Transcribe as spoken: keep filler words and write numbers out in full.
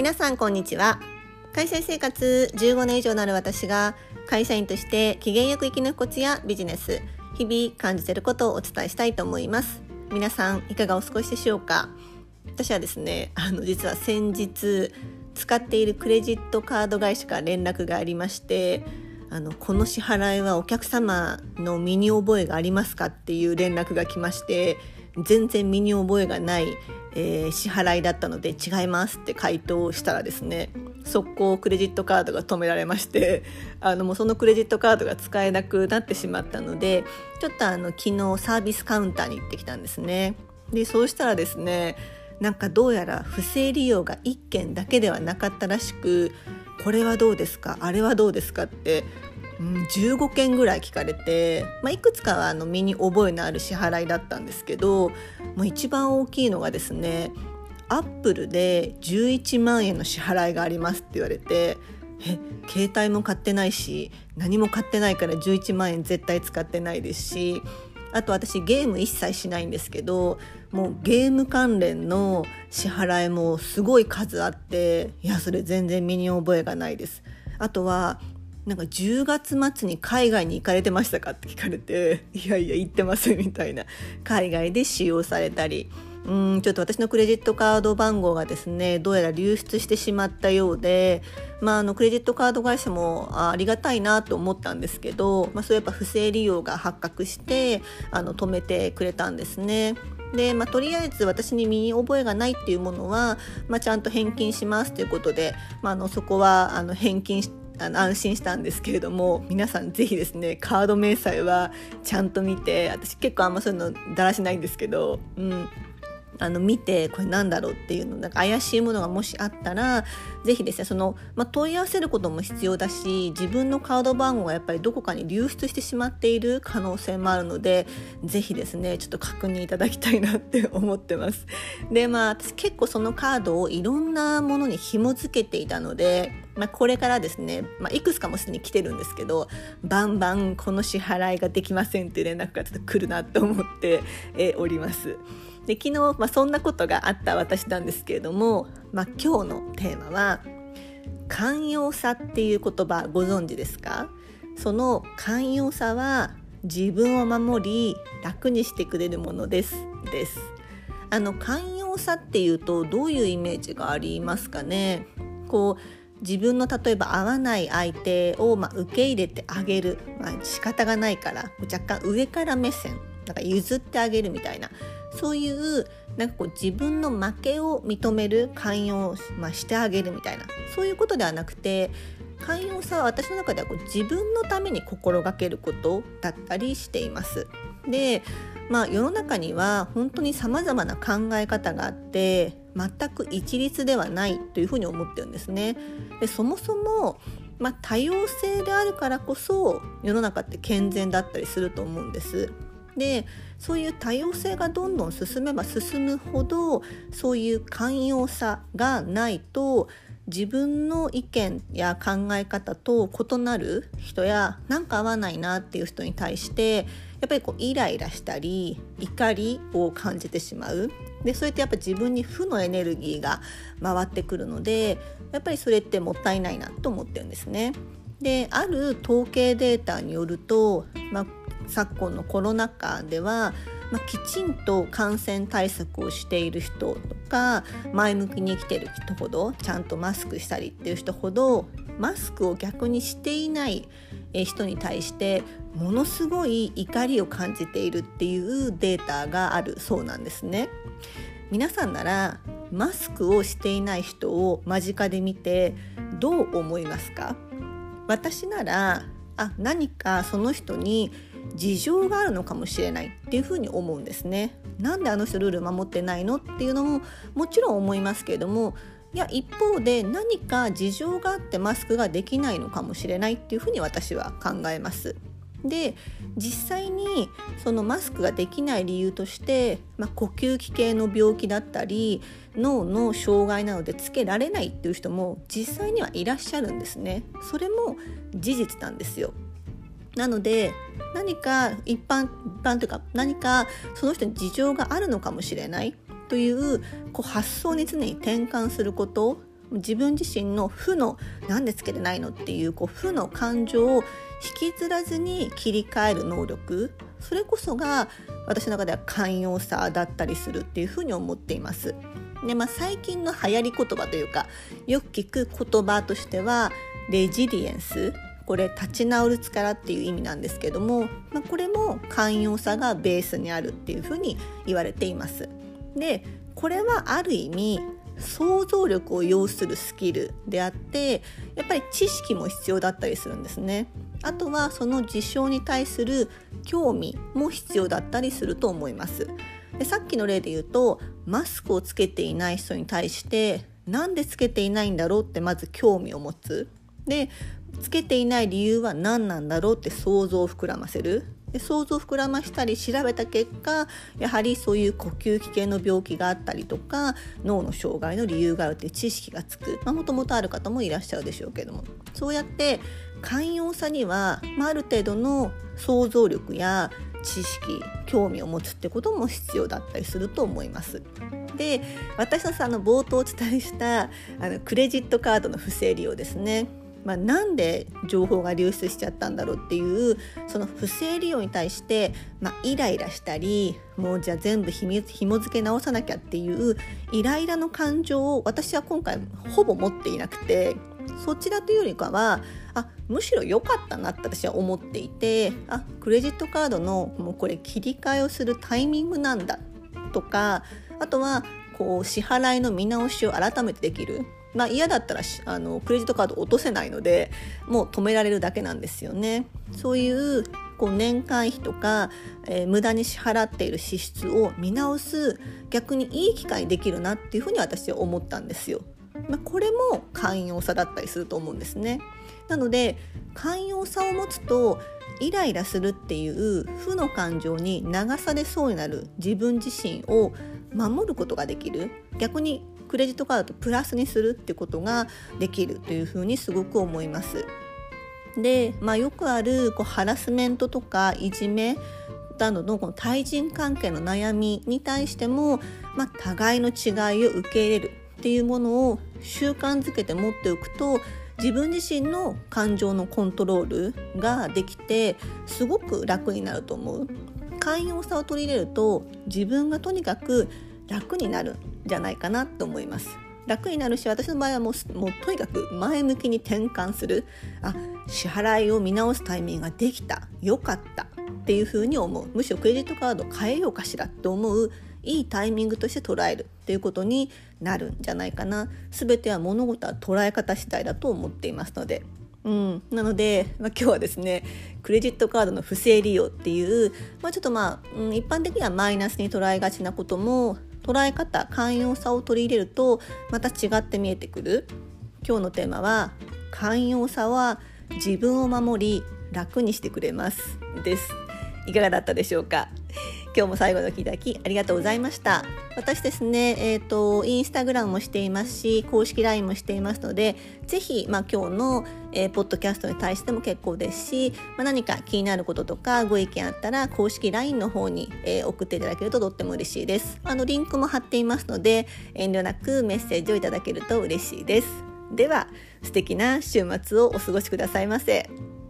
皆さんこんにちは。会社員生活じゅうごねん以上になる私が会社員として機嫌よく生き抜くコツやビジネス、日々感じていることをお伝えしたいと思います。皆さんいかがお過ごしでしょうか。私はですね、あの実は先日使っているクレジットカード会社から連絡がありまして、あのこの支払いはお客様の身に覚えがありますかっていう連絡が来まして、全然身に覚えがない、えー、支払いだったので違いますって回答したらですね、速攻クレジットカードが止められまして、あのもうそのクレジットカードが使えなくなってしまったので、ちょっとあの昨日サービスカウンターに行ってきたんですね。でそうしたらですね、なんかどうやら不正利用がいっけんだけではなかったらしく、これはどうですか、あれはどうですかって、うん、じゅうごけんぐらい聞かれて、まあ、いくつかはあの身に覚えのある支払いだったんですけど、もう一番大きいのがですね、アップルでじゅういちまんえんの支払いがありますって言われて、え携帯も買ってないし何も買ってないからじゅういちまんえん絶対使ってないですし、あと私ゲーム一切しないんですけど、もうゲーム関連の支払いもすごい数あって、いやそれ全然身に覚えがないです。あとはなんかじゅうがつ末に海外に行かれてましたかって聞かれて、いやいや行ってませんみたいな。海外で使用されたり、うーんちょっと私のクレジットカード番号がですね、どうやら流出してしまったようで、まあ、あのクレジットカード会社も あ, ありがたいなと思ったんですけど、まあ、そうやっぱ不正利用が発覚してあの止めてくれたんですね。で、まあ、とりあえず私に身に覚えがないっていうものは、まあ、ちゃんと返金しますということで、まあ、あのそこはあの返金してあの安心したんですけれども、皆さんぜひですね、カード明細はちゃんと見て、私結構あんまそういうのだらしないんですけど、うんあの見て、これなんだろうっていうの、なんか怪しいものがもしあったらぜひですね、その、まあ、問い合わせることも必要だし、自分のカード番号がやっぱりどこかに流出してしまっている可能性もあるので、ぜひですねちょっと確認いただきたいなって思ってます。でまあ私結構そのカードをいろんなものに紐付けていたので、まあ、これからですね、まあ、いくつかもすでに来てるんですけど、バンバンこの支払いができませんっていう連絡がちょっと来るなと思って、えー、おります。で昨日、まあ、そんなことがあった私なんですけれども、まあ、今日のテーマは寛容さっていう言葉ご存知ですか？その寛容さは自分を守り楽にしてくれるものですですあの寛容さっていうとどういうイメージがありますかね。こう自分の例えば合わない相手を、まあ、受け入れてあげる、まあ、仕方がないから若干上から目線、なんか譲ってあげるみたいな、そういうなんかこう自分の負けを認める、寛容、まあ、してあげるみたいな、そういうことではなくて、寛容さは私の中ではこう自分のために心がけることだったりしています。で、まあ、世の中には本当に様々な考え方があって全く一律ではないというふうに思ってるんですね。でそもそも、まあ、多様性であるからこそ世の中って健全だったりすると思うんです。でそういう多様性がどんどん進めば進むほど、そういう寛容さがないと自分の意見や考え方と異なる人や、なんか合わないなっていう人に対してやっぱりこうイライラしたり怒りを感じてしまう。でそれってやっぱ自分に負のエネルギーが回ってくるので、やっぱりそれってもったいないなと思ってるんですね。である統計データによると、まあ、昨今のコロナ禍では、まあ、きちんと感染対策をしている人とか前向きに生きている人ほど、ちゃんとマスクしたりっていう人ほどマスクを逆にしていない人に対してものすごい怒りを感じているっていうデータがあるそうなんですね。皆さんならマスクをしていない人を間近で見てどう思いますか？私ならあ何かその人に事情があるのかもしれないっていうふうに思うんですね。なんであの人ルール守ってないのっていうのももちろん思いますけれども、いや一方で何か事情があってマスクができないのかもしれないっていうふうに私は考えます。で実際にそのマスクができない理由として、まあ、呼吸器系の病気だったり脳の障害なのでつけられないっていう人も実際にはいらっしゃるんですね。それも事実なんですよ。なので何か一般、一般というか何かその人に事情があるのかもしれないという、こう発想に常に転換すること自分自身の負のなんでつけてないのっていう、こう負の感情を引きずらずに切り替える能力、それこそが私の中では寛容さだったりするっていうふうに思っています。で、まあ、最近の流行り言葉というかよく聞く言葉としてはレジリエンス、これ立ち直る力っていう意味なんですけども、まあ、これも寛容さがベースにあるっていうふうに言われています。で、これはある意味想像力を要するスキルであって、やっぱり知識も必要だったりするんですね。あとはその事象に対する興味も必要だったりすると思います。で、さっきの例で言うとマスクをつけていない人に対してなんでつけていないんだろうってまず興味を持つ。で、つけていない理由は何なんだろうって想像を膨らませる。で、想像を膨らましたり調べた結果、やはりそういう呼吸器系の病気があったりとか脳の障害の理由があるという知識がつく、まあ、もともとある方もいらっしゃるでしょうけども、そうやって寛容さには、まあ、ある程度の想像力や知識、興味を持つってことも必要だったりすると思います。で、私のさ、あの冒頭お伝えしたあのクレジットカードの不正利用ですね。まあ、なんで情報が流出しちゃったんだろうっていうその不正利用に対して、まあ、イライラしたり、もうじゃあ全部ひも付け直さなきゃっていうイライラの感情を私は今回ほぼ持っていなくて、そちらというよりかはあむしろ良かったなって私は思っていて、あクレジットカードのもうこれ切り替えをするタイミングなんだとか、あとはこう支払いの見直しを改めてできる。まあ、嫌だったらあのクレジットカード落とせないのでもう止められるだけなんですよね。そういうこう年間費とか、えー、無駄に支払っている支出を見直す逆にいい機会にできるなっていうふうに私は思ったんですよ。まあ、これも寛容さだったりすると思うんですね。なので寛容さを持つとイライラするっていう負の感情に流されそうになる自分自身を守ることができる。逆にクレジットカードとプラスにするってことができるというふうにすごく思います。で、まあ、よくあるこうハラスメントとかいじめなどのこの対人関係の悩みに対しても、まあ、互いの違いを受け入れるっていうものを習慣づけて持っておくと、自分自身の感情のコントロールができてすごく楽になると思う。寛容さを取り入れると自分がとにかく楽になるんじゃないかなと思います。楽になるし、私の場合はもう、もうとにかく前向きに転換する。あ、支払いを見直すタイミングができた、よかったっていうふうに思う。むしろクレジットカードを変えようかしらと思ういいタイミングとして捉えるっていうことになるんじゃないかな。全ては物事は捉え方次第だと思っていますので、うん、なので、まあ、今日はですねクレジットカードの不正利用っていう、まあ、ちょっとまあ、うん、一般的にはマイナスに捉えがちなことも捉え方、寛容さを取り入れるとまた違って見えてくる。今日のテーマは寛容さは自分を守り楽にしてくれますです。いかがだったでしょうか。今日も最後の聞いただきありがとうございました。私ですね、えーと、インスタグラムもしていますし、公式 ライン もしていますので、ぜひ、まあ、今日の、えー、ポッドキャストに対しても結構ですし、まあ、何か気になることとかご意見あったら公式 ライン の方に、えー、送っていただけるととっても嬉しいです。あのリンクも貼っていますので、遠慮なくメッセージをいただけると嬉しいです。では、素敵な週末をお過ごしくださいませ。